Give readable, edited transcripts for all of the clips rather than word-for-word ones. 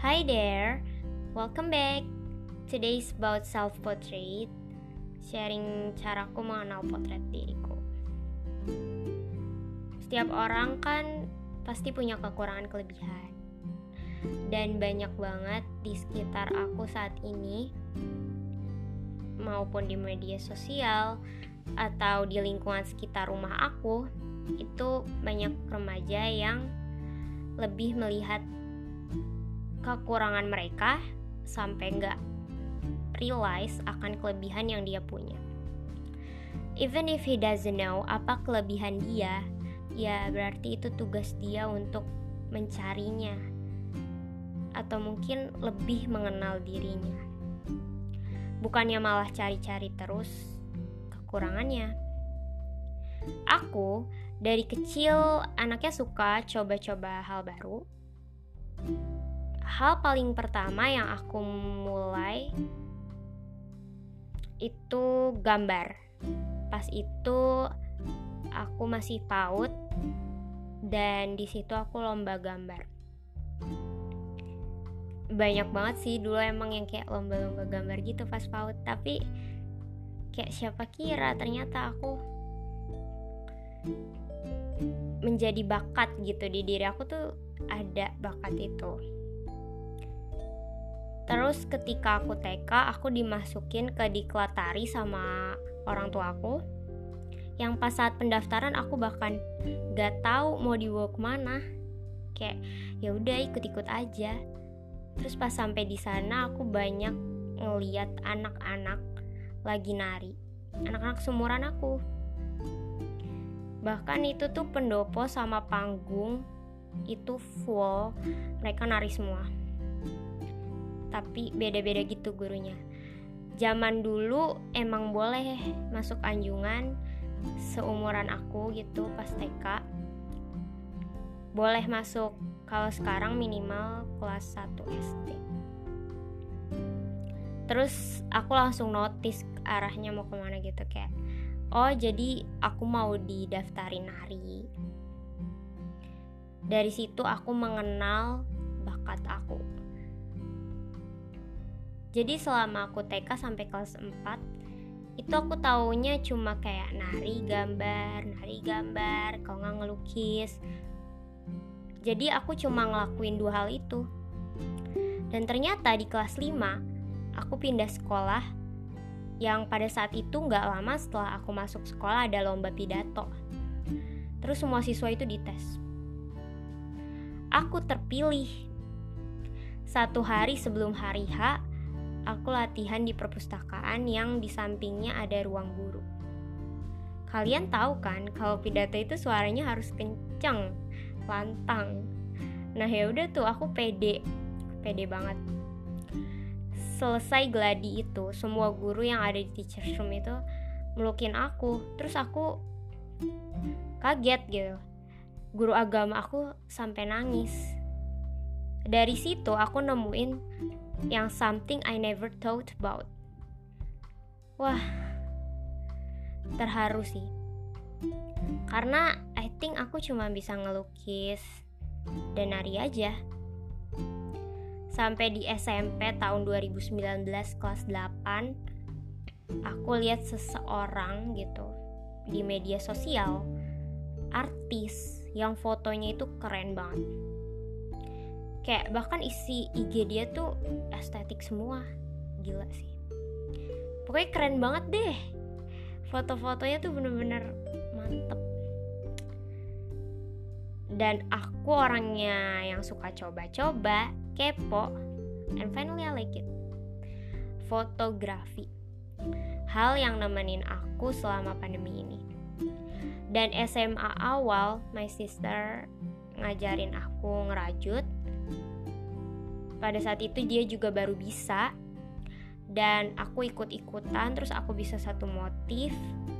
Hi there, welcome back. Today is about self-portrait, sharing caraku mengenal potret diriku. Setiap orang kan pasti punya kekurangan kelebihan. Dan banyak banget di sekitar aku saat ini, maupun di media sosial atau di lingkungan sekitar rumah aku, itu banyak remaja yang lebih melihat kekurangan mereka sampai nggak realize akan kelebihan yang dia punya. Even if he doesn't know apa kelebihan dia, ya berarti itu tugas dia untuk mencarinya atau mungkin lebih mengenal dirinya. Bukannya malah cari-cari terus kekurangannya. Aku dari kecil anaknya suka coba-coba hal baru. Hal paling pertama yang aku mulai itu gambar. Pas itu aku masih PAUD dan di situ aku lomba gambar. Banyak banget sih dulu emang yang kayak lomba-lomba gambar gitu pas PAUD, tapi kayak siapa kira ternyata aku menjadi bakat gitu, di diri aku tuh ada bakat itu. Terus ketika aku TK, aku dimasukin ke diklat tari sama orang tua aku. Yang pas saat pendaftaran aku bahkan gak tahu mau dibawa kemana. Kayak ya udah ikut-ikut aja. Terus pas sampai di sana aku banyak ngeliat anak-anak lagi nari. Anak-anak seumuran aku. Bahkan itu tuh pendopo sama panggung itu full, mereka nari semua. Tapi beda-beda gitu gurunya. Zaman dulu emang boleh masuk anjungan seumuran aku gitu pas TK. Boleh masuk, kalau sekarang minimal kelas 1 SD. Terus aku langsung notice arahnya mau kemana gitu, kayak oh jadi aku mau didaftarin nari. Dari situ aku mengenal bakat aku. Jadi selama aku TK sampai kelas 4 itu aku taunya cuma kayak nari gambar, kalau nggak ngelukis. Jadi aku cuma ngelakuin 2 hal itu. Dan ternyata di kelas 5 aku pindah sekolah, yang pada saat itu gak lama setelah aku masuk sekolah ada lomba pidato. Terus semua siswa itu dites. Aku terpilih. 1 hari sebelum hari H, aku latihan di perpustakaan yang di sampingnya ada ruang guru. Kalian tahu kan kalau pidato itu suaranya harus kenceng, lantang. Nah ya udah tuh aku pede banget. Selesai gladi itu, semua guru yang ada di teacher's room itu melukin aku. Terus aku kaget gitu. Guru agama aku sampai nangis. Dari situ aku nemuin yang something I never thought about. Wah, terharu sih. Karena I think aku cuma bisa ngelukis dan nari aja. Sampai di SMP tahun 2019 kelas 8, aku lihat seseorang gitu di media sosial, artis yang fotonya itu keren banget. Kayak bahkan isi IG dia tuh estetik semua. Gila sih. Pokoknya keren banget deh. Foto-fotonya tuh bener-bener mantep. Dan aku orangnya yang suka coba-coba, kepo, and finally I like it. Fotografi, hal yang nemenin aku selama pandemi ini. Dan SMA awal, my sister ngajarin aku ngerajut. Pada saat itu dia juga baru bisa, dan aku ikut-ikutan. Terus aku bisa 1 motif.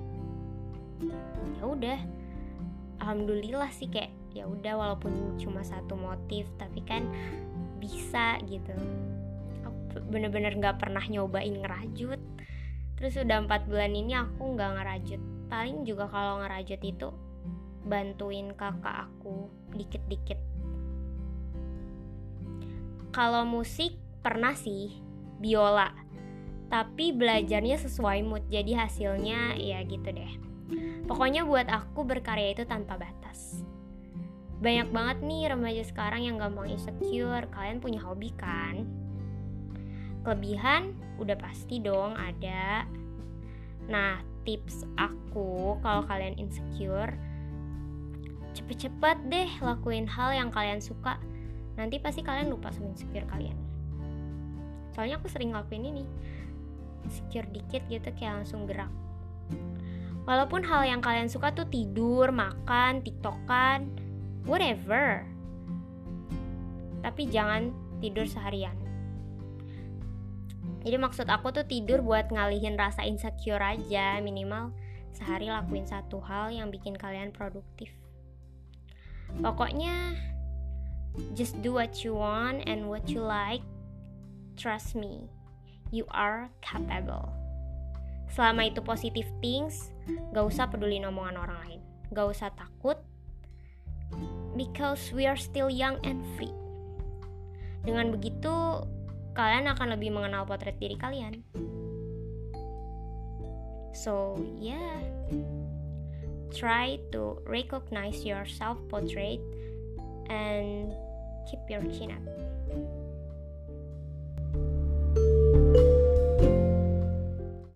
Ya udah, alhamdulillah sih, kayak ya udah walaupun cuma 1 motif tapi kan bisa gitu. Aku bener-bener nggak pernah nyobain ngerajut. Terus udah 4 bulan ini aku nggak ngerajut. Paling juga kalau ngerajut itu bantuin kakak aku dikit-dikit. Kalau musik pernah sih, biola. Tapi belajarnya sesuai mood, jadi hasilnya ya gitu deh. Pokoknya buat aku berkarya itu tanpa batas. Banyak banget nih remaja sekarang yang gampang insecure. Kalian punya hobi kan? Kelebihan udah pasti dong ada. Nah, tips aku kalau kalian insecure, cepet-cepet deh lakuin hal yang kalian suka. Nanti pasti kalian lupa sama insecure kalian. Soalnya aku sering lakuin ini, insecure dikit gitu kayak langsung gerak. Walaupun hal yang kalian suka tuh tidur, makan, tiktokan, whatever, tapi jangan tidur seharian. Jadi maksud aku tuh tidur buat ngalihin rasa insecure aja. Minimal sehari lakuin satu hal yang bikin kalian produktif. Pokoknya just do what you want and what you like. Trust me, you are capable. Selama itu positive things, gak usah peduli omongan orang lain. Gak usah takut, because we are still young and free. Dengan begitu, kalian akan lebih mengenal potret diri kalian. So yeah, try to recognize your self-portrait and keep your chin up.